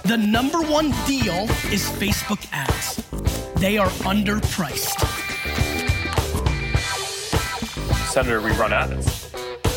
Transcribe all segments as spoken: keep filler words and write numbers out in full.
The number one deal is Facebook ads. They are underpriced. Senator, we run ads.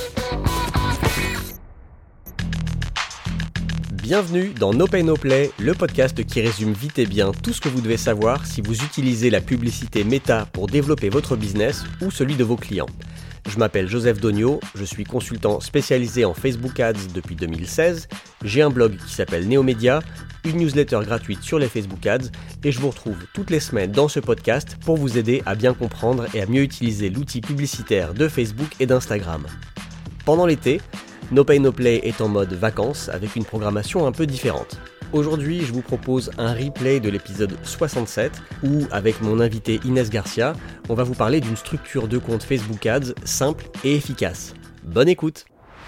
Bienvenue dans No Pay No Play, le podcast qui résume vite et bien tout ce que vous devez savoir si vous utilisez la publicité Meta pour développer votre business ou celui de vos clients. Je m'appelle Joseph Dogno, je suis consultant spécialisé en Facebook Ads depuis deux mille seize, j'ai un blog qui s'appelle Neomédia, une newsletter gratuite sur les Facebook Ads et je vous retrouve toutes les semaines dans ce podcast pour vous aider à bien comprendre et à mieux utiliser l'outil publicitaire de Facebook et d'Instagram. Pendant l'été, No Pay No Play est en mode vacances avec une programmation un peu différente. Aujourd'hui, je vous propose un replay de l'épisode soixante-sept où, avec mon invité Inès Garcia, on va vous parler d'une structure de compte Facebook Ads simple et efficace. Bonne écoute!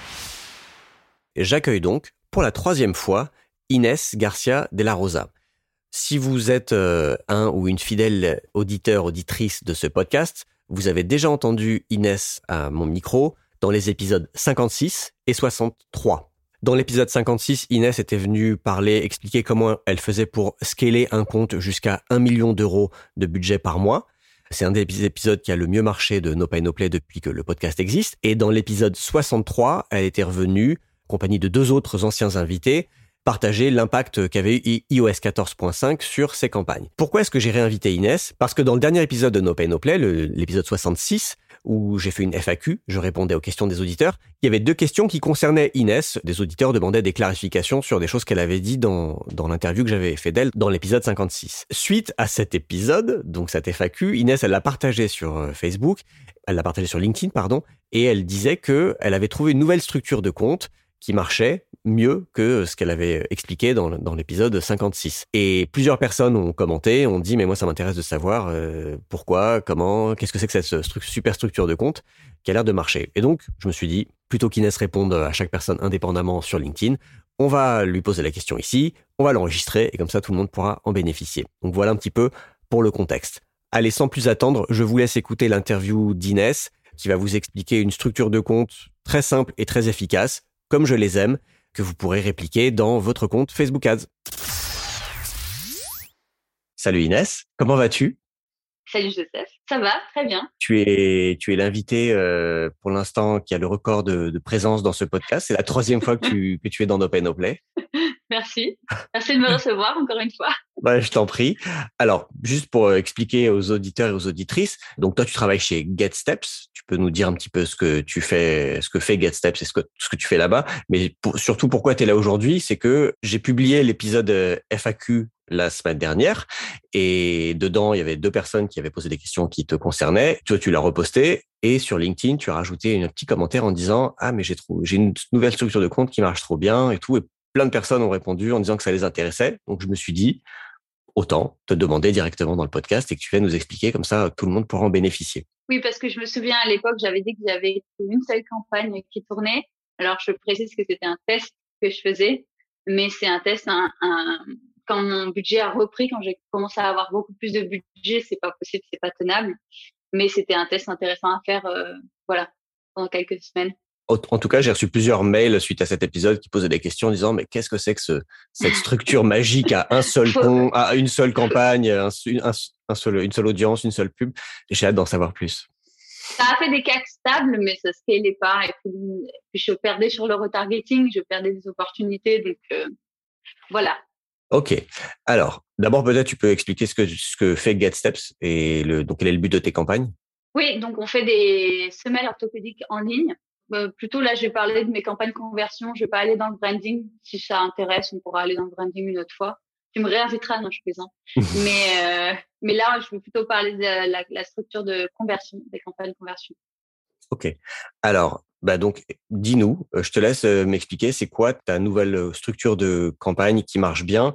J'accueille donc, pour la troisième fois, Inès Garcia de la Rosa. Si vous êtes euh, un ou une fidèle auditeur, auditrice de ce podcast, vous avez déjà entendu Inès à mon micro dans les épisodes cinquante-six et soixante-trois. Dans l'épisode cinquante-six, Inès était venue parler, expliquer comment elle faisait pour scaler un compte jusqu'à un million d'euros de budget par mois. C'est un des épisodes qui a le mieux marché de No Pay No Play depuis que le podcast existe. Et dans l'épisode soixante-trois, elle était revenue, en compagnie de deux autres anciens invités, partager l'impact qu'avait eu i O S quatorze point cinq sur ses campagnes. Pourquoi est-ce que j'ai réinvité Inès ? Parce que dans le dernier épisode de No Pay No Play, le, l'épisode soixante-six, où j'ai fait une F A Q, je répondais aux questions des auditeurs, il y avait deux questions qui concernaient Inès. Des auditeurs demandaient des clarifications sur des choses qu'elle avait dit dans, dans l'interview que j'avais fait d'elle dans l'épisode cinquante-six. Suite à cet épisode, donc cette F A Q, Inès, elle l'a partagé sur Facebook, elle l'a partagé sur LinkedIn, pardon, et elle disait que elle avait trouvé une nouvelle structure de compte qui marchait mieux que ce qu'elle avait expliqué dans, dans l'épisode cinquante-six. Et plusieurs personnes ont commenté, ont dit « mais moi ça m'intéresse de savoir euh, pourquoi, comment, qu'est-ce que c'est que cette stru- super structure de compte qui a l'air de marcher ». Et donc, je me suis dit, plutôt qu'Inès réponde à chaque personne indépendamment sur LinkedIn, on va lui poser la question ici, on va l'enregistrer et comme ça tout le monde pourra en bénéficier. Donc voilà un petit peu pour le contexte. Allez, sans plus attendre, je vous laisse écouter l'interview d'Inès qui va vous expliquer une structure de compte très simple et très efficace, comme je les aime, que vous pourrez répliquer dans votre compte Facebook Ads. Salut Inès, comment vas-tu ? Salut Joseph, ça va, très bien. Tu es, tu es l'invité euh, pour l'instant qui a le record de, de présence dans ce podcast. C'est la troisième fois que tu, que tu es dans No Pay No Play. Merci, merci de me recevoir encore une fois. Bah, je t'en prie. Alors, juste pour expliquer aux auditeurs et aux auditrices, donc toi tu travailles chez GetSteps. Tu peux nous dire un petit peu ce que tu fais, ce que fait GetSteps et ce que, ce que tu fais là-bas. Mais pour, surtout pourquoi tu es là aujourd'hui, c'est que j'ai publié l'épisode F A Q la semaine dernière et dedans il y avait deux personnes qui avaient posé des questions qui te concernaient. Toi tu l'as reposté et sur LinkedIn tu as rajouté un petit commentaire en disant ah mais j'ai trouvé, j'ai une nouvelle structure de compte qui marche trop bien et tout. Et plein de personnes ont répondu en disant que ça les intéressait. Donc je me suis dit autant te demander directement dans le podcast et que tu viennes nous expliquer comme ça tout le monde pourra en bénéficier. Oui, parce que je me souviens à l'époque j'avais dit que j'avais une seule campagne qui tournait. Alors je précise que c'était un test que je faisais, mais c'est un test un, un quand mon budget a repris, quand j'ai commencé à avoir beaucoup plus de budget, c'est pas possible, c'est pas tenable. Mais c'était un test intéressant à faire, euh, voilà, pendant quelques semaines. En tout cas, j'ai reçu plusieurs mails suite à cet épisode qui posaient des questions en disant mais qu'est-ce que c'est que ce, cette structure magique à un seul con, à une seule campagne, un, un, un seul, une seule audience, une seule pub. Et j'ai hâte d'en savoir plus. Ça a fait des cas stables, mais ça scalait pas. Et puis, puis je perdais sur le retargeting, je perdais des opportunités, donc euh, voilà. Ok. Alors, d'abord peut-être tu peux expliquer ce que ce que fait GetSteps et le donc quel est le but de tes campagnes. Oui, donc on fait des semelles orthopédiques en ligne. Euh, plutôt là, je vais parler de mes campagnes conversion. Je vais pas aller dans le branding. Si ça intéresse, on pourra aller dans le branding une autre fois. Tu me réinviteras, non, je plaisante. mais euh, mais là, je vais plutôt parler de la, la structure de conversion, des campagnes conversion. Ok. Alors, bah donc, dis-nous, je te laisse m'expliquer, c'est quoi ta nouvelle structure de campagne qui marche bien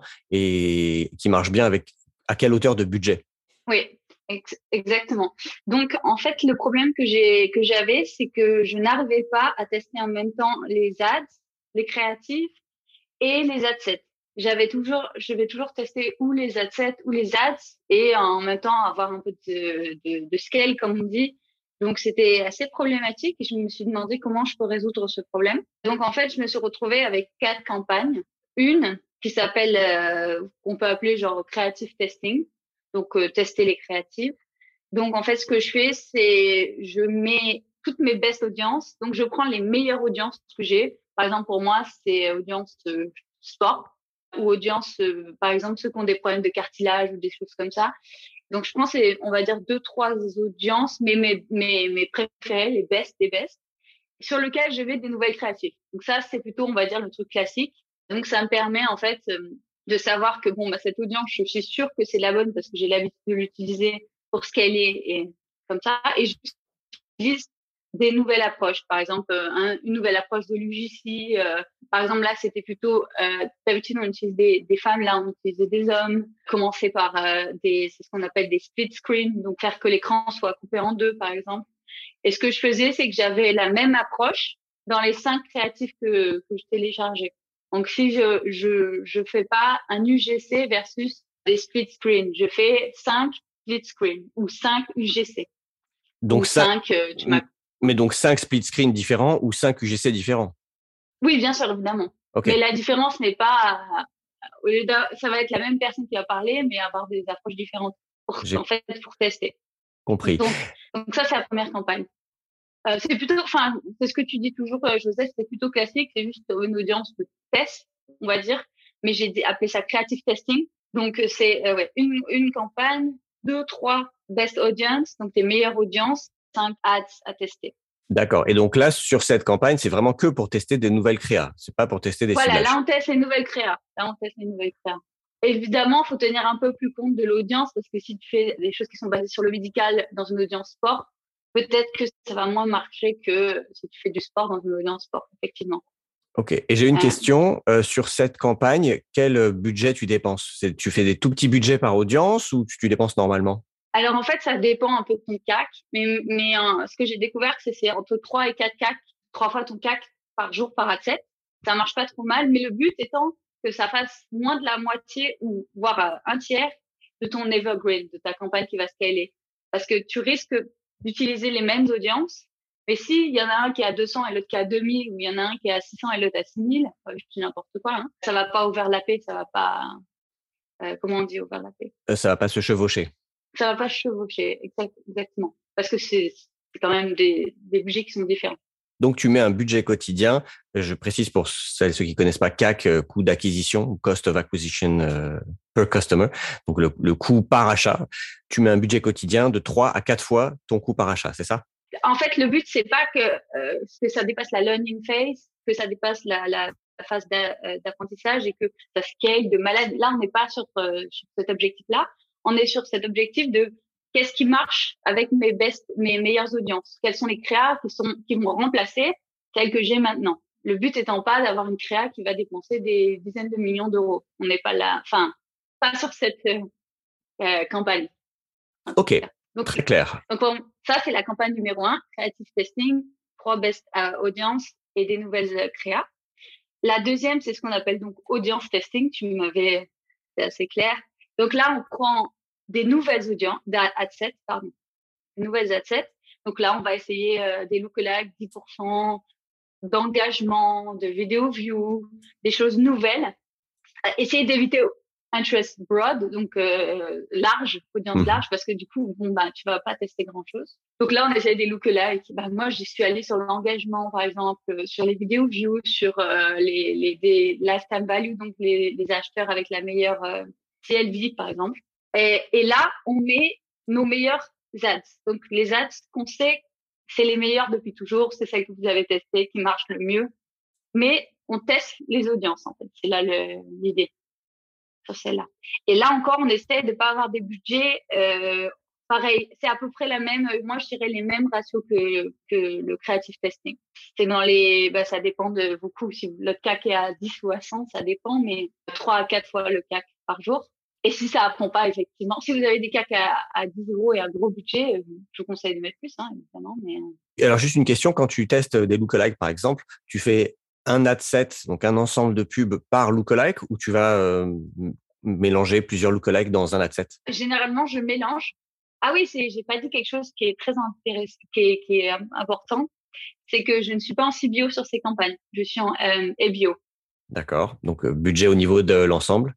et qui marche bien avec à quelle hauteur de budget? Oui, ex- exactement. Donc, en fait, le problème que j'ai que j'avais, c'est que je n'arrivais pas à tester en même temps les ads, les créatifs et les ad sets. J'avais toujours, je vais toujours tester ou les ad sets ou les ads et en même temps avoir un peu de, de, de scale, comme on dit. Donc, c'était assez problématique et je me suis demandé comment je peux résoudre ce problème. Donc, en fait, je me suis retrouvée avec quatre campagnes. Une qui s'appelle, euh, qu'on peut appeler genre creative testing. Donc, euh, tester les créatives. Donc, en fait, ce que je fais, c'est je mets toutes mes best audiences. Donc, je prends les meilleures audiences que j'ai. Par exemple, pour moi, c'est audience euh, sport ou audience, euh, par exemple, ceux qui ont des problèmes de cartilage ou des choses comme ça. Donc, je pense, c'est, on va dire, deux, trois audiences, mais mes, mes, mes préférées, les best des best, sur lesquelles je vais des nouvelles créatives. Donc, ça, c'est plutôt, on va dire, le truc classique. Donc, ça me permet, en fait, euh, de savoir que, bon, bah, cette audience, je suis sûre que c'est la bonne parce que j'ai l'habitude de l'utiliser pour ce qu'elle est et comme ça. Et j'utilise des nouvelles approches. Par exemple, euh, un, une nouvelle approche de l'U G C. Euh, par exemple, là, c'était plutôt, euh, d'habitude, on utilise des, des femmes. Là, on utilisait des hommes. Commencer par euh, des, c'est ce qu'on appelle des split screen. Donc, faire que l'écran soit coupé en deux, par exemple. Et ce que je faisais, c'est que j'avais la même approche dans les cinq créatifs que, que je téléchargeais. Donc, si je, je, je fais pas un U G C versus des split screen, je fais cinq split screen ou cinq U G C. Donc, ou ça, cinq, euh, tu m'as... mais donc cinq split screen différents ou cinq U G C différents? Oui, bien sûr, évidemment. Okay. Mais la différence n'est pas, au lieu de, ça va être la même personne qui va parler, mais avoir des approches différentes pour, en fait, pour tester. Compris. Donc, donc ça, c'est la première campagne. Euh, c'est plutôt, enfin, c'est ce que tu dis toujours, euh, Joseph, c'est plutôt classique, c'est juste une audience de test, on va dire, mais j'ai appelé ça creative testing. Donc, c'est euh, ouais, une, une campagne, deux, trois best audience, donc tes meilleures audiences, cinq ads à tester. D'accord. Et donc là, sur cette campagne, c'est vraiment que pour tester des nouvelles créas. C'est pas pour tester des voilà, ciblages. Voilà, là, on teste les nouvelles créas. Là, on teste les nouvelles créas. Évidemment, faut tenir un peu plus compte de l'audience parce que si tu fais des choses qui sont basées sur le médical dans une audience sport, peut-être que ça va moins marcher que si tu fais du sport dans une audience sport, effectivement. Ok. Et j'ai une euh, question euh, sur cette campagne. Quel budget tu dépenses? C'est, tu fais des tout petits budgets par audience ou tu, tu dépenses normalement? Alors, en fait, ça dépend un peu de ton C A C. Mais, mais euh, ce que j'ai découvert, c'est c'est entre trois et quatre C A C, trois fois ton C A C par jour par ad set. Ça marche pas trop mal. Mais le but étant que ça fasse moins de la moitié ou voire euh, un tiers de ton evergreen, de ta campagne qui va scaler. Parce que tu risques d'utiliser les mêmes audiences. Mais s'il y en a un qui est à deux cents et l'autre qui est à deux mille, ou il y en a un qui est à six cents et l'autre à six mille, euh, je dis n'importe quoi, hein, ça va pas overlapper, ça va pas, euh, comment on dit overlapper? Euh, ça va pas se chevaucher. Ça va pas chevaucher, exact, exactement. Parce que c'est, c'est quand même des, des budgets qui sont différents. Donc, tu mets un budget quotidien. Je précise pour celles, ceux qui connaissent pas C A C, euh, coût d'acquisition, cost of acquisition euh, per customer. Donc, le, le coût par achat. Tu mets un budget quotidien de trois à quatre fois ton coût par achat, c'est ça? En fait, le but, c'est pas que, euh, que ça dépasse la learning phase, que ça dépasse la, la, la phase d'apprentissage et que ça scale de malade. Là, on n'est pas sur, euh, sur cet objectif-là. On est sur cet objectif de qu'est-ce qui marche avec mes best, mes meilleures audiences. Quelles sont les créas qui sont, qui vont remplacer celles que j'ai maintenant. Le but étant pas d'avoir une créa qui va dépenser des dizaines de millions d'euros. On n'est pas là, enfin, pas sur cette euh, campagne. Ok. Donc, très clair. Donc, bon, ça, c'est la campagne numéro un, creative testing, trois best euh, audience et des nouvelles euh, créas. La deuxième, c'est ce qu'on appelle donc audience testing. Tu m'avais, c'est assez clair. Donc là, on prend des nouvelles audiences, des adsets, pardon, des nouvelles adsets. Donc là, on va essayer euh, des lookalikes, dix pour cent d'engagement, de vidéo view, des choses nouvelles. Euh, essayer d'éviter interest broad, donc euh, large, audience mmh. large, parce que du coup, bon bah tu vas pas tester grand chose. Donc là, on essaie des lookalikes. Bah moi, j'y suis allée sur l'engagement, par exemple, euh, sur les vidéos views, sur euh, les les des lifetime value, donc les les acheteurs avec la meilleure euh, C L V, par exemple. Et, et là, on met nos meilleurs ads. Donc les ads qu'on sait, c'est les meilleurs depuis toujours, c'est celles que vous avez testées, qui marchent le mieux. Mais on teste les audiences, en fait. C'est là le, l'idée. Sur celle-là. Et là encore, on essaie de pas avoir des budgets euh, pareil. C'est à peu près la même. Moi, je dirais les mêmes ratios que que le creative testing. C'est dans les. Bah, ça dépend de beaucoup. Si le C A C est à dix ou à cent, ça dépend, mais trois à quatre fois le C A C par jour. Et si ça apprend pas, effectivement, si vous avez des C A C à, à dix euros et un gros budget, je vous conseille de mettre plus, hein, évidemment. Mais et alors juste une question, quand tu testes des lookalikes, par exemple, tu fais un ad set, donc un ensemble de pubs par lookalike, ou tu vas euh, mélanger plusieurs lookalikes dans un ad set? Généralement, je mélange. Ah oui, c'est, j'ai pas dit quelque chose qui est très intéressant, qui est, qui est important, c'est que je ne suis pas en C B O sur ces campagnes. Je suis en euh, A B O. D'accord. Donc, euh, budget au niveau de l'ensemble.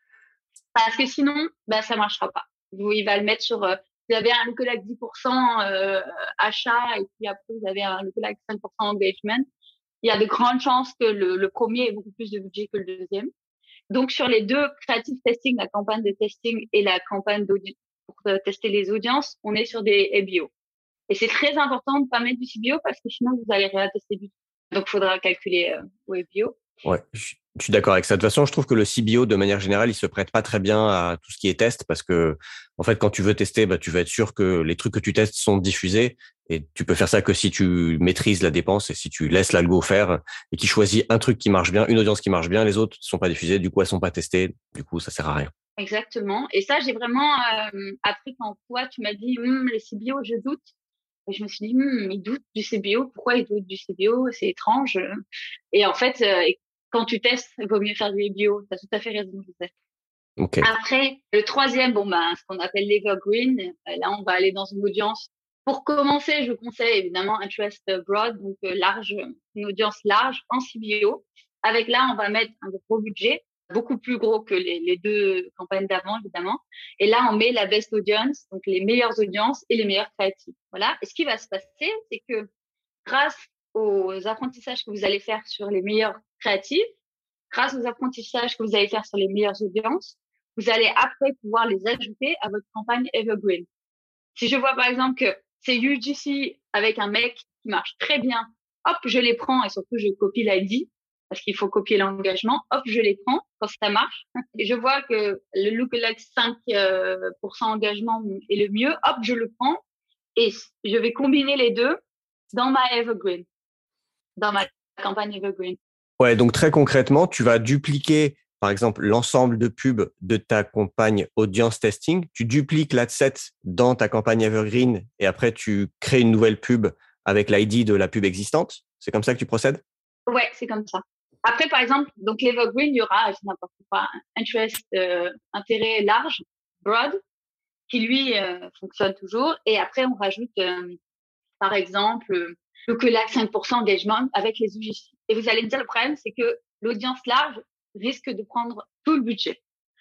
Parce que sinon, bah, ça marchera pas. Vous, il va le mettre sur, euh, vous avez un lookalike dix pour cent euh, achat et puis après vous avez un lookalike cinq pour cent engagement. Il y a de grandes chances que le, le premier ait beaucoup plus de budget que le deuxième. Donc sur les deux creative testing, la campagne de testing et la campagne d'audi- pour euh, tester les audiences, on est sur des A B O. Et c'est très important de pas mettre du C B O parce que sinon vous allez rien tester du tout. Donc il faudra calculer euh, au A B O. Ouais, je je suis d'accord avec ça. De toute façon, je trouve que le C B O, de manière générale, il se prête pas très bien à tout ce qui est test parce que, en fait, quand tu veux tester, bah, tu veux être sûr que les trucs que tu testes sont diffusés et tu peux faire ça que si tu maîtrises la dépense et si tu laisses l'algo faire et qu'il choisit un truc qui marche bien, une audience qui marche bien, les autres sont pas diffusées, du coup, elles sont pas testées, du coup, ça sert à rien. Exactement. Et ça, j'ai vraiment euh, appris quand toi, tu m'as dit, Hum, le C B O, je doute. Et je me suis dit, Hum, il doute du C B O. Pourquoi il doute du C B O? C'est étrange. Et en fait, euh, quand tu testes, il vaut mieux faire du A B O. Tu as tout à fait raison, je sais. Ok. Après, le troisième, bon, ben, ce qu'on appelle l'evergreen. euh, Là, on va aller dans une audience. Pour commencer, je conseille évidemment Interest Broad, donc euh, large, une audience large en C B O. Avec là, on va mettre un gros budget, beaucoup plus gros que les, les deux campagnes d'avant, évidemment. Et là, on met la best audience, donc les meilleures audiences et les meilleurs créatifs. Voilà. Et ce qui va se passer, c'est que grâce aux apprentissages que vous allez faire sur les meilleurs créatifs, grâce aux apprentissages que vous allez faire sur les meilleures audiences, vous allez après pouvoir les ajouter à votre campagne Evergreen. Si je vois par exemple que c'est U G C avec un mec qui marche très bien, hop, je les prends et surtout je copie l'I D parce qu'il faut copier l'engagement, hop, je les prends quand ça marche. Et je vois que le lookalike cinq pour cent engagement est le mieux, hop, je le prends et je vais combiner les deux dans ma Evergreen, dans ma campagne Evergreen. Ouais, donc très concrètement, tu vas dupliquer, par exemple, l'ensemble de pubs de ta campagne audience testing. Tu dupliques l'adset dans ta campagne Evergreen et après, tu crées une nouvelle pub avec l'I D de la pub existante. C'est comme ça que tu procèdes? Ouais, c'est comme ça. Après, par exemple, donc l'Evergreen, il y aura, je sais n'importe quoi, interest, euh, intérêt large, broad, qui lui euh, fonctionne toujours. Et après, on rajoute, euh, par exemple, euh, le que là cinq pour cent engagement avec les U G C. Et vous allez me dire, le problème, c'est que l'audience large risque de prendre tout le budget.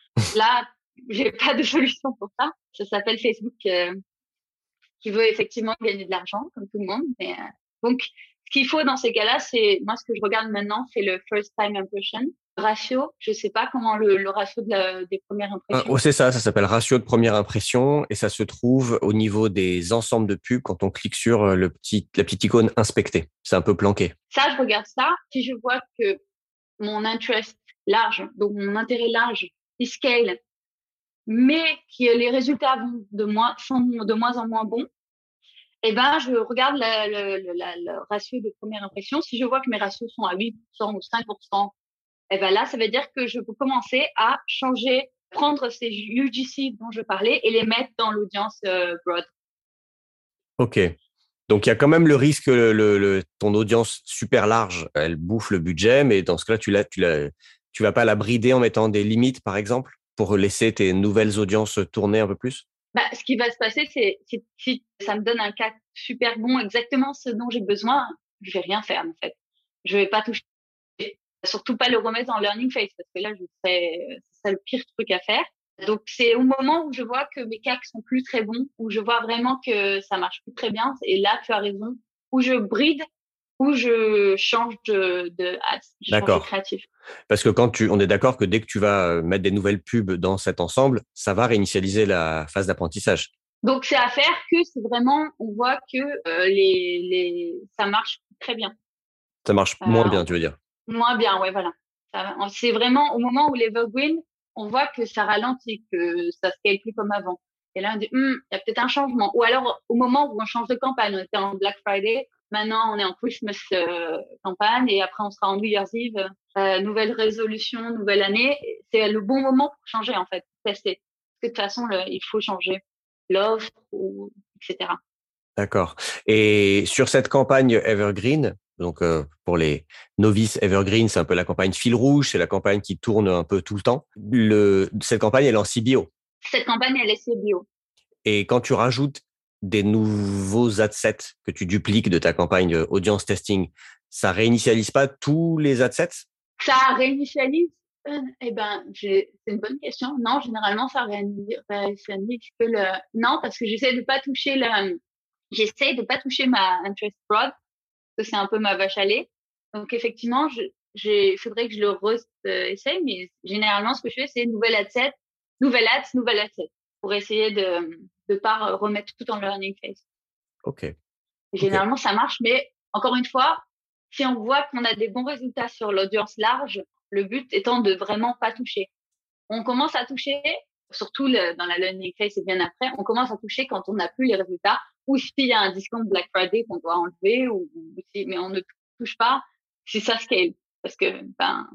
Là, j'ai pas de solution pour ça. Ça s'appelle Facebook euh, qui veut effectivement gagner de l'argent, comme tout le monde. Mais, euh, donc, ce qu'il faut dans ces cas-là, c'est, moi, ce que je regarde maintenant, c'est le first time impression ratio. Je sais pas comment le, le ratio de la, des premières Ah, impressions. oh, c'est ça, ça s'appelle ratio de première impression et ça se trouve au niveau des ensembles de pubs quand on clique sur le petit, la petite icône inspecter. C'est un peu planqué. Ça, je regarde ça. Si je vois que mon interest large, donc mon intérêt large, il scale, mais que les résultats vont de moins, sont de moins en moins bons, eh ben, je regarde la, la, la, le ratio de première impression. Si je vois que mes ratios sont à huit pour cent ou cinq pour cent, eh ben là, ça veut dire que je peux commencer à changer, prendre ces U G C dont je parlais et les mettre dans l'audience euh, broad. OK. Donc, il y a quand même le risque que le, le, le, ton audience super large, elle bouffe le budget, mais dans ce cas-là, tu la, tu la, tu vas pas la brider en mettant des limites, par exemple, pour laisser tes nouvelles audiences tourner un peu plus? Bah, ce qui va se passer, c'est si, si ça me donne un cas super bon, exactement ce dont j'ai besoin, je vais rien faire en fait. Je vais pas toucher, surtout pas le remettre en learning phase parce que là, je serais, c'est le pire truc à faire. Donc c'est au moment où je vois que mes cas sont plus très bons, où je vois vraiment que ça marche plus très bien, et là tu as raison, où je bride, où je change de, de, je change de créatif. Parce que quand tu, on est d'accord que dès que tu vas mettre des nouvelles pubs dans cet ensemble, ça va réinitialiser la phase d'apprentissage. Donc c'est à faire que c'est vraiment, on voit que euh, les, les, ça marche très bien. Ça marche euh, moins bien, tu veux dire? Moins bien, ouais, voilà. Ça, c'est vraiment au moment où l'Evergreen, on voit que ça ralentit, que ça scale plus comme avant. Et là, on dit, hm, il y a peut-être un changement. Ou alors, au moment où on change de campagne, on était en Black Friday, maintenant on est en Christmas euh, campagne, et après on sera en New Year's Eve, euh, nouvelle résolution, nouvelle année. C'est le bon moment pour changer, en fait, tester. Parce que de toute façon, le, il faut changer l'offre, ou, et cetera. D'accord. Et sur cette campagne Evergreen, donc euh, pour les novices, Evergreen, c'est un peu la campagne fil rouge, c'est la campagne qui tourne un peu tout le temps. Le, cette campagne, elle est en C B O. Cette campagne, elle est C B O. Et quand tu rajoutes des nouveaux adsets que tu dupliques de ta campagne audience testing, ça réinitialise pas tous les adsets? Ça réinitialise euh, Eh ben, j'ai- c'est une bonne question. Non, généralement, ça réini- réinitialise que le... Non, parce que j'essaie de pas toucher le... J'essaie de pas toucher ma interest broad, parce que c'est un peu ma vache à lait. Donc, effectivement, je, j'ai, faudrait que je le re-essaye, mais généralement, ce que je fais, c'est nouvelle adset, nouvelle ad, nouvelle adset, pour essayer de de pas remettre tout en learning phase. Ok. Ok. Généralement, ça marche, mais encore une fois, si on voit qu'on a des bons résultats sur l'audience large, le but étant de vraiment pas toucher. On commence à toucher, surtout le, dans la learning phase et bien après, on commence à toucher quand on n'a plus les résultats, ou s'il y a un discount Black Friday qu'on doit enlever, ou, ou si, mais on ne touche pas si ça scale, parce que ben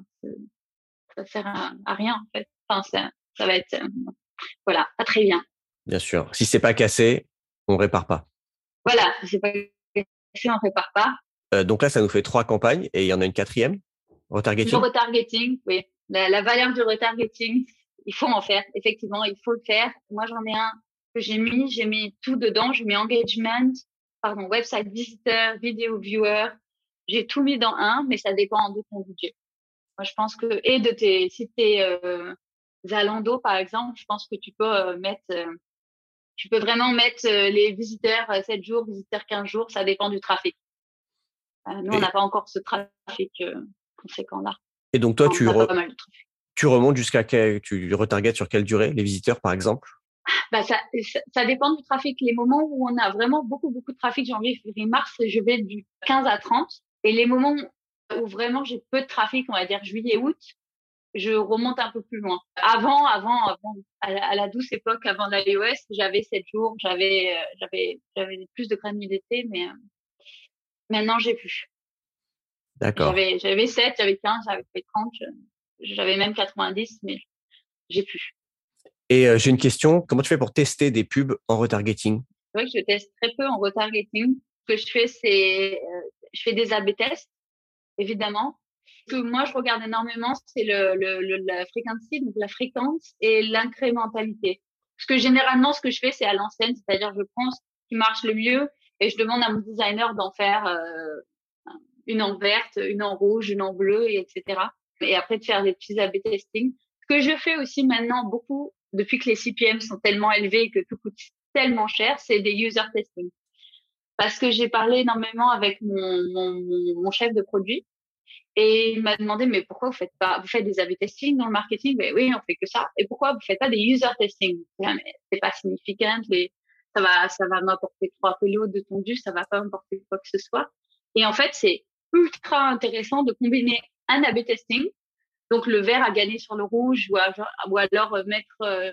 ça sert à, à rien en fait. Enfin, ça, ça va être euh, voilà, pas très bien. Bien sûr. Si c'est pas cassé, on répare pas. Voilà, c'est pas si on répare pas. Euh, donc là, ça nous fait trois campagnes et il y en a une quatrième, Le retargeting. retargeting, oui. La, la valeur du retargeting, il faut en faire. Effectivement, il faut le faire. Moi, j'en ai un que j'ai mis, j'ai mis tout dedans. J'ai mis engagement, pardon, website visitor, video viewer. J'ai tout mis dans un, mais ça dépend de ton budget. Moi, je pense que, et de tes, si t'es, euh, Zalando, par exemple, je pense que tu peux euh, mettre, euh, tu peux vraiment mettre euh, les visiteurs euh, sept jours, visiteurs quinze jours, ça dépend du trafic. Euh, nous, on n'a Et, pas encore ce trafic euh, conséquent là. et donc toi, Enfin, tu, on a re- pas mal de trafic. tu remontes jusqu'à quel, tu retargetes sur quelle durée, les visiteurs par exemple? Bah, ça, ça, ça dépend du trafic. Les moments où on a vraiment beaucoup, beaucoup de trafic, janvier, février, mars, je vais du quinze à trente. Et les moments où vraiment j'ai peu de trafic, on va dire juillet, août, je remonte un peu plus loin. Avant, avant, avant, à la, à la douce époque, avant l'iOS, j'avais sept jours, j'avais, euh, j'avais, j'avais plus de granularité, mais euh, maintenant j'ai plus. D'accord. J'avais, j'avais sept, j'avais quinze, j'avais fait trente, je- j'avais même quatre-vingt-dix, mais j'ai plus. Et euh, j'ai une question. Comment tu fais pour tester des pubs en retargeting? C'est vrai que je teste très peu en retargeting. Ce que je fais, c'est, euh, je fais des A B tests, évidemment. Ce que moi, je regarde énormément, c'est le, le, le, la frequency, donc la fréquence et l'incrémentalité. Parce que généralement, ce que je fais, c'est à l'ancienne, c'est-à-dire je prends ce qui marche le mieux et je demande à mon designer d'en faire euh, une en verte, une en rouge, une en bleu, et etc. Et après de faire des petits A B testing. Ce que je fais aussi maintenant beaucoup, depuis que les C P M sont tellement élevés et que tout coûte tellement cher, c'est des user testing. Parce que j'ai parlé énormément avec mon, mon, mon chef de produit et il m'a demandé, mais pourquoi vous faites pas, vous faites des A B testing dans le marketing? Mais oui, on fait que ça. Et pourquoi vous faites pas des user testing? Mais c'est pas significant, les, ça va, ça va m'apporter trois kilos de tondu, ça va pas m'apporter quoi que ce soit. Et en fait, c'est ultra intéressant de combiner un A B testing, donc le vert à gagner sur le rouge, ou, à, ou alors mettre euh,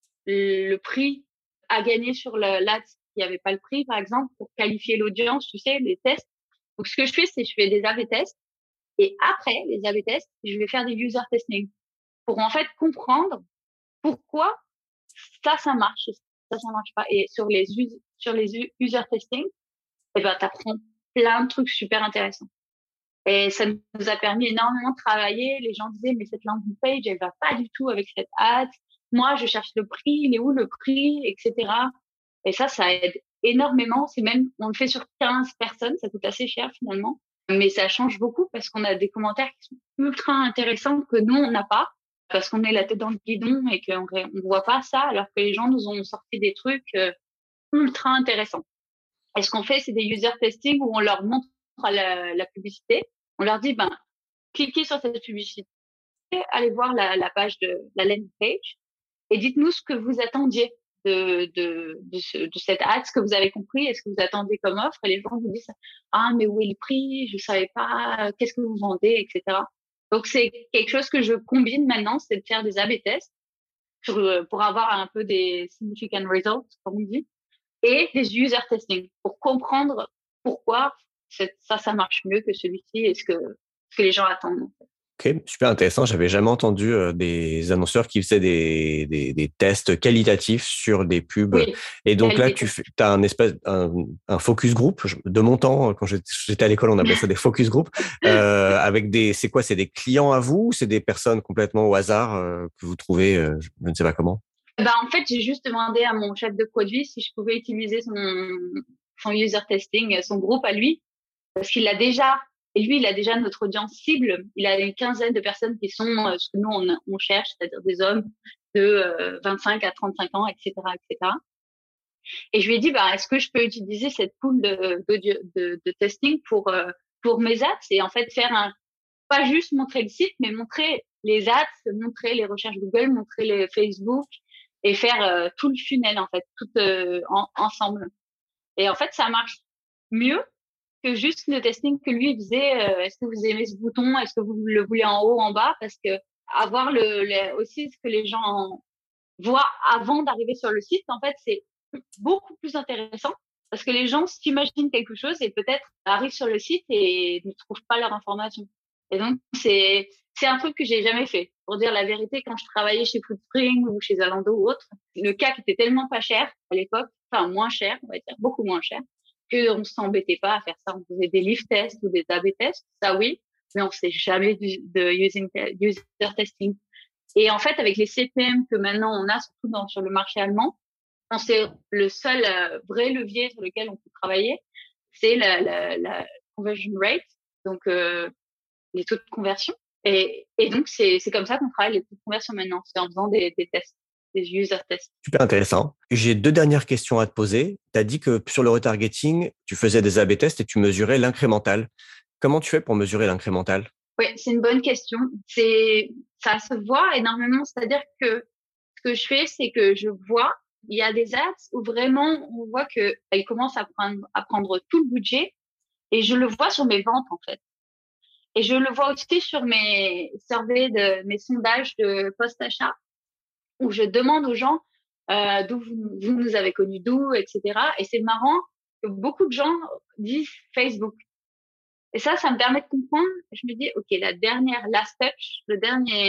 le prix à gagner sur le l'ad qui avait pas le prix, par exemple, pour qualifier l'audience, tu sais, les tests. Donc, ce que je fais, c'est je fais des A B tests et après les A B tests, je vais faire des user testing pour en fait comprendre pourquoi ça, ça marche, ça, ça marche pas. Et sur les sur les user testing, eh ben, t'apprends plein de trucs super intéressants. Et ça nous a permis énormément de travailler. Les gens disaient, mais cette landing page, elle va pas du tout avec cette ad. Moi, je cherche le prix, il est où le prix, et cetera. Et ça, ça aide énormément. C'est même, on le fait sur quinze personnes, ça coûte assez cher finalement. Mais ça change beaucoup parce qu'on a des commentaires qui sont ultra intéressants que nous, on n'a pas. Parce qu'on est la tête dans le guidon et qu'on ne voit pas ça, alors que les gens nous ont sorti des trucs euh, ultra intéressants. Et ce qu'on fait, c'est des user testing où on leur montre la, la publicité. On leur dit, ben, cliquez sur cette publicité, allez voir la, la page de la landing page et dites-nous ce que vous attendiez de, de, de, ce, de cette ad, ce que vous avez compris et ce que vous attendiez comme offre. Et les gens vous disent, ah, mais où est le prix? Je savais pas, qu'est-ce que vous vendez, et cetera. Donc, c'est quelque chose que je combine maintenant, c'est de faire des A B tests pour, pour avoir un peu des significant results, comme on dit, et des user testing pour comprendre pourquoi ça, ça marche mieux que celui-ci et ce que, ce que les gens attendent. En fait. Ok, super intéressant. J'avais jamais entendu euh, des annonceurs qui faisaient des, des, des tests qualitatifs sur des pubs. Oui, Et donc là, tu as un espèce un, un focus group. De mon temps, quand j'étais à l'école, on appelait ça des focus group. Euh, avec des, c'est quoi? C'est des clients à vous ou c'est des personnes complètement au hasard euh, que vous trouvez, euh, je ne sais pas comment? Bah, en fait, j'ai juste demandé à mon chef de produit si je pouvais utiliser son, son user testing, son groupe à lui, parce qu'il l'a déjà Et lui, il a déjà notre audience cible. Il a une quinzaine de personnes qui sont euh, ce que nous, on, on cherche, c'est-à-dire des hommes de euh, vingt-cinq à trente-cinq ans, et cetera, et cetera. Et je lui ai dit, bah, est-ce que je peux utiliser cette pool de, de, de, de testing pour, euh, pour mes ads et en fait faire un, pas juste montrer le site, mais montrer les ads, montrer les recherches Google, montrer les Facebook et faire euh, tout le funnel, en fait, tout euh, en, ensemble. Et en fait, ça marche mieux que juste le testing que lui faisait. Euh, est-ce que vous aimez ce bouton? Est-ce que vous le voulez en haut, en bas? Parce que avoir le, le aussi ce que les gens voient avant d'arriver sur le site, en fait, c'est beaucoup plus intéressant parce que les gens s'imaginent quelque chose et peut-être arrivent sur le site et ne trouvent pas leur information. Et donc, c'est, c'est un truc que j'ai jamais fait. Pour dire la vérité, quand je travaillais chez Foodspring ou chez Zalando ou autre, le C A C était tellement pas cher à l'époque, enfin, moins cher, on va dire, beaucoup moins cher, qu'on s'embêtait pas à faire ça. On faisait des live tests ou des A B tests, ça oui, mais on faisait jamais du, de using, user testing. Et en fait, avec les C P M que maintenant on a, surtout dans, sur le marché allemand, c'est le seul euh, vrai levier sur lequel on peut travailler, c'est la, la, la conversion rate, donc euh, les taux de conversion. Et, et donc, c'est, c'est comme ça qu'on travaille les taux de conversion maintenant, c'est en faisant des, des tests, des user tests. Super intéressant. J'ai deux dernières questions à te poser. Tu as dit que sur le retargeting, tu faisais des A B tests et tu mesurais l'incrémental. Comment tu fais pour mesurer l'incrémental? Oui, c'est une bonne question. C'est, ça se voit énormément. C'est-à-dire que ce que je fais, c'est que je vois, il y a des ads où vraiment on voit que elles commencent à prendre, à prendre tout le budget et je le vois sur mes ventes, en fait. Et je le vois aussi sur mes surveys de mes sondages de post-achat où je demande aux gens euh, d'où vous, vous nous avez connus, d'où, et cetera. Et c'est marrant que beaucoup de gens disent Facebook. Et ça, ça me permet de comprendre. Je me dis, OK, la dernière last touch, le dernier,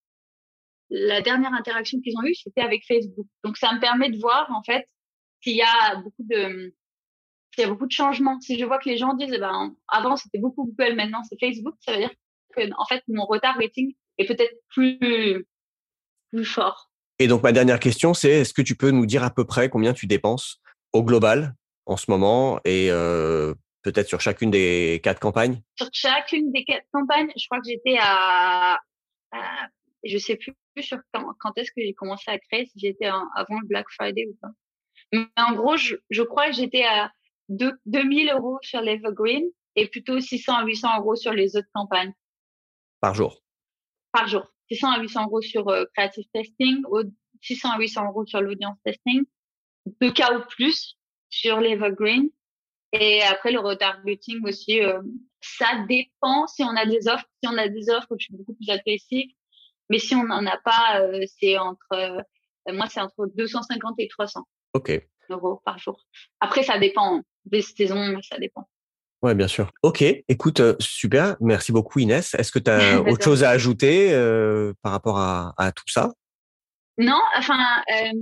la dernière interaction qu'ils ont eue, c'était avec Facebook. Donc, ça me permet de voir, en fait, s'il y a beaucoup de, s'il y a beaucoup de changements. Si je vois que les gens disent, eh ben, avant, c'était beaucoup Google, maintenant, c'est Facebook, ça veut dire que, en fait, mon retargeting est peut-être plus, plus fort. Et donc, ma dernière question, c'est est-ce que tu peux nous dire à peu près combien tu dépenses au global en ce moment et euh, peut-être sur chacune des quatre campagnes? Sur chacune des quatre campagnes, je crois que j'étais à, à je sais plus sur quand, quand est-ce que j'ai commencé à créer, si j'étais en, avant le Black Friday ou pas. Mais en gros, je, je crois que j'étais à deux mille euros sur l'Evergreen et plutôt six cents à huit cents euros sur les autres campagnes. Par jour? Par jour. six cents à huit cents euros sur euh, Creative Testing, six cents à huit cents euros sur l'Audience Testing, deux cas ou plus sur l'Evergreen. Et après, le retargeting aussi, euh, ça dépend si on a des offres. Si on a des offres, je suis beaucoup plus agressive. Mais si on n'en a pas, euh, c'est entre, euh, moi, c'est entre deux cent cinquante et trois cents OK. euros par jour. Après, ça dépend des saisons, ça dépend. Ouais, bien sûr. OK. Écoute, euh, super. Merci beaucoup, Inès. Est-ce que tu as autre chose à ajouter euh, par rapport à, à tout ça? Non, enfin, euh,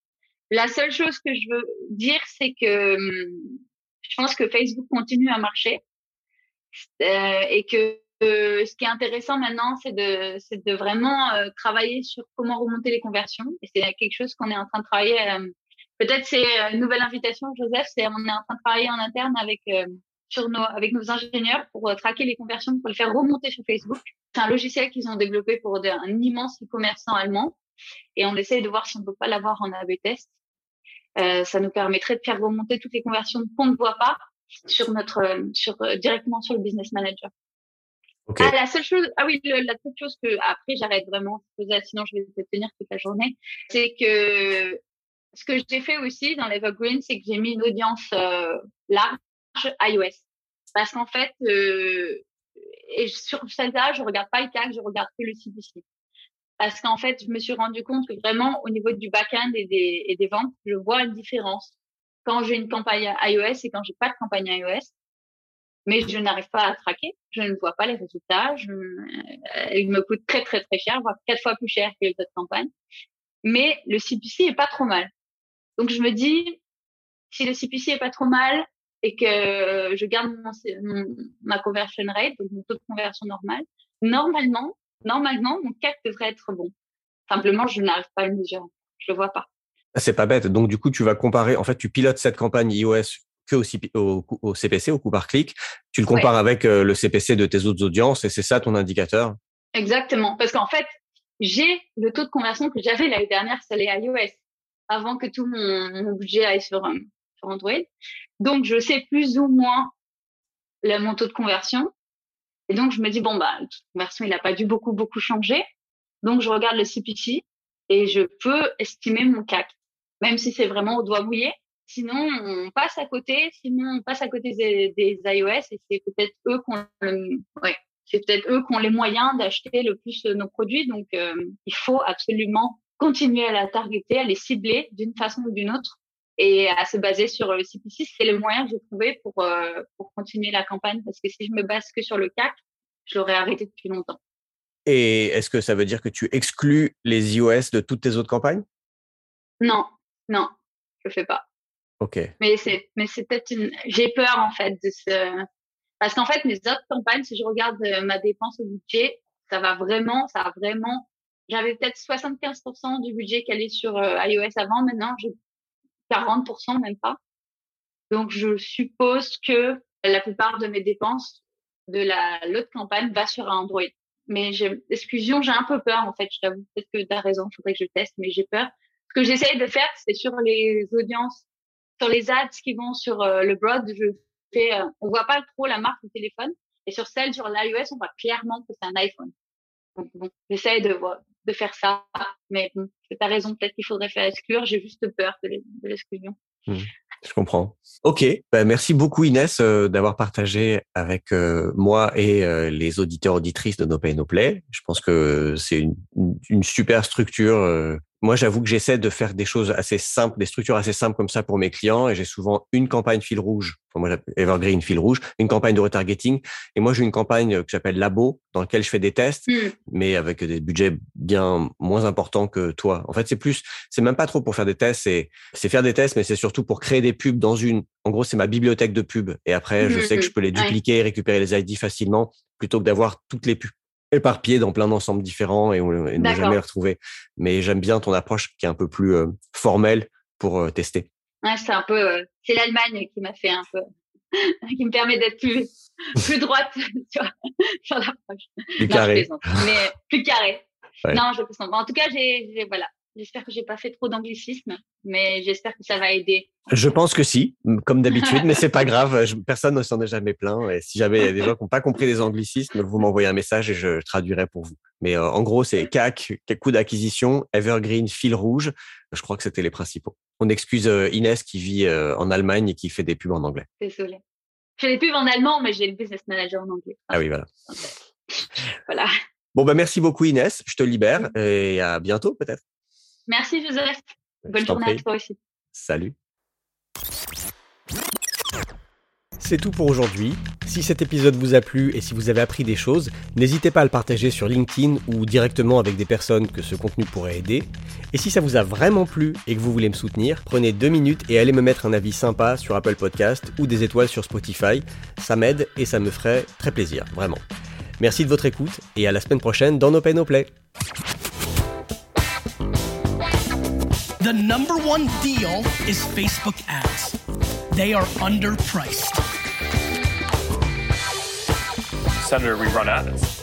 la seule chose que je veux dire, c'est que hum, je pense que Facebook continue à marcher euh, et que euh, ce qui est intéressant maintenant, c'est de, c'est de vraiment euh, travailler sur comment remonter les conversions. Et c'est quelque chose qu'on est en train de travailler. Euh, peut-être c'est une nouvelle invitation, Joseph. C'est on est en train de travailler en interne avec euh, sur nos avec nos ingénieurs pour euh, traquer les conversions, pour les faire remonter sur Facebook. C'est un logiciel qu'ils ont développé pour de, un immense e-commerçant allemand. Et on essaye de voir si on peut pas l'avoir en A B test. Euh, ça nous permettrait de faire remonter toutes les conversions qu'on ne voit pas sur notre, sur directement sur le Business Manager. Okay. Ah, la seule chose, ah oui, le, la seule chose que après j'arrête vraiment, sinon je vais te tenir toute la journée, c'est que ce que j'ai fait aussi dans l'Evergreen, c'est que j'ai mis une audience euh, large iOS, parce qu'en fait, euh, et sur celle-là, je regarde pas le C A C, je regarde que le C P C. Parce qu'en fait, je me suis rendu compte que vraiment, au niveau du back-end et des, et des ventes, je vois une différence quand j'ai une campagne iOS et quand j'ai pas de campagne iOS. Mais je n'arrive pas à traquer. Je ne vois pas les résultats. Je, euh, il me coûte très, très, très cher, voire quatre fois plus cher que les autres campagnes. Mais le C P C est pas trop mal. Donc, je me dis, si le C P C est pas trop mal et que je garde mon, mon, ma conversion rate, donc mon taux de conversion normal, normalement, Normalement, mon C A C devrait être bon. Simplement, je n'arrive pas à le mesurer. Je le vois pas. C'est pas bête. Donc, du coup, tu vas comparer. En fait, tu pilotes cette campagne iOS que au, C P, au, au C P C, au coût par clic. Tu le compares ouais. avec euh, le C P C de tes autres audiences et c'est ça ton indicateur? Exactement. Parce qu'en fait, j'ai le taux de conversion que j'avais l'année dernière sur les iOS avant que tout mon, mon budget aille sur, euh, sur Android. Donc, je sais plus ou moins le, mon taux de conversion. Et donc, je me dis, bon, bah, le taux de conversion, il n'a pas dû beaucoup, beaucoup changer. Donc, je regarde le C P C et je peux estimer mon C A C, même si c'est vraiment au doigt mouillé. Sinon, on passe à côté. Sinon, on passe à côté des, des iOS et c'est peut-être eux qui ont le, ouais, c'est peut-être eux qui ont les moyens d'acheter le plus nos produits. Donc, euh, il faut absolument continuer à la targeter, à les cibler d'une façon ou d'une autre et à se baser sur le C P C. C'est le moyen que j'ai trouvé pour, euh, pour continuer la campagne parce que si je me base que sur le C A C, je l'aurais arrêté depuis longtemps. Et est-ce que ça veut dire que tu exclus les iOS de toutes tes autres campagnes? Non, non, je le fais pas. Ok. Mais c'est, mais c'est peut-être une, j'ai peur, en fait, de ce, parce qu'en fait, mes autres campagnes, si je regarde ma dépense au budget, ça va vraiment, ça a vraiment, j'avais peut-être soixante-quinze pour cent du budget qui allait sur euh, iOS avant. Maintenant, j'ai quarante pour cent, même pas. Donc, je suppose que la plupart de mes dépenses de la, l'autre campagne va sur Android. Mais j'ai, exclusion, j'ai un peu peur, en fait. Je t'avoue, peut-être que t'as raison, il faudrait que je teste, mais j'ai peur. Ce que j'essaye de faire, c'est sur les audiences, sur les ads qui vont sur euh, le broad, je fais, euh, on voit pas trop la marque du téléphone. Et sur celle, sur l'iOS, on voit clairement que c'est un iPhone. Donc, bon, j'essaye de, de faire ça. Mais bon, t'as raison, peut-être qu'il faudrait faire exclure. J'ai juste peur de, de l'exclusion. Mmh. Je comprends. Ok, ben, merci beaucoup Inès euh, d'avoir partagé avec euh, moi et euh, les auditeurs auditrices de No Pay No Play. Je pense que c'est une, une super structure. Euh. Moi, j'avoue que j'essaie de faire des choses assez simples, des structures assez simples comme ça pour mes clients et j'ai souvent une campagne fil rouge, enfin moi j'appelle Evergreen fil rouge, une campagne de retargeting et moi j'ai une campagne que j'appelle Labo dans laquelle je fais des tests, mmh. mais avec des budgets bien moins importants que toi. En fait, c'est plus, c'est même pas trop pour faire des tests, c'est, c'est faire des tests, mais c'est surtout pour créer des pubs dans une, en gros, c'est ma bibliothèque de pubs et après, mmh. je sais que je peux les dupliquer, ouais. récupérer les I D facilement plutôt que d'avoir toutes les pubs éparpillés dans plein d'ensembles différents et, et ne jamais les retrouver. Mais j'aime bien ton approche qui est un peu plus euh, formelle pour euh, tester. Ouais, c'est un peu, euh, c'est l'Allemagne qui m'a fait un peu, qui me permet d'être plus, plus droite sur, sur l'approche. Plus non, carré. Je plaisante, mais plus carré. Ouais. Non, je plaisante. En tout cas, j'ai, j'ai voilà. J'espère que j'ai pas fait trop d'anglicisme, mais j'espère que ça va aider. Je pense que si, comme d'habitude, mais c'est pas grave. Je, personne ne s'en est jamais plaint. Et si jamais il y a des gens qui n'ont pas compris les anglicismes, vous m'envoyez un message et je, je traduirai pour vous. Mais euh, en gros, c'est C A C, coût d'acquisition, Evergreen, fil rouge. Je crois que c'était les principaux. On excuse euh, Inès qui vit euh, en Allemagne et qui fait des pubs en anglais. Désolée. Je fais des pubs en allemand, mais j'ai le business manager en anglais. Ah oui, voilà. Voilà. Bon, bah merci beaucoup Inès. Je te libère et à bientôt peut-être. Merci Joseph. Bonne journée à toi aussi. Salut. C'est tout pour aujourd'hui. Si cet épisode vous a plu et si vous avez appris des choses, n'hésitez pas à le partager sur LinkedIn ou directement avec des personnes que ce contenu pourrait aider. Et si ça vous a vraiment plu et que vous voulez me soutenir, prenez deux minutes et allez me mettre un avis sympa sur Apple Podcast ou des étoiles sur Spotify. Ça m'aide et ça me ferait très plaisir, vraiment. Merci de votre écoute et à la semaine prochaine dans No Pay No Play. The number one deal is Facebook ads. They are underpriced. Senator, we run ads.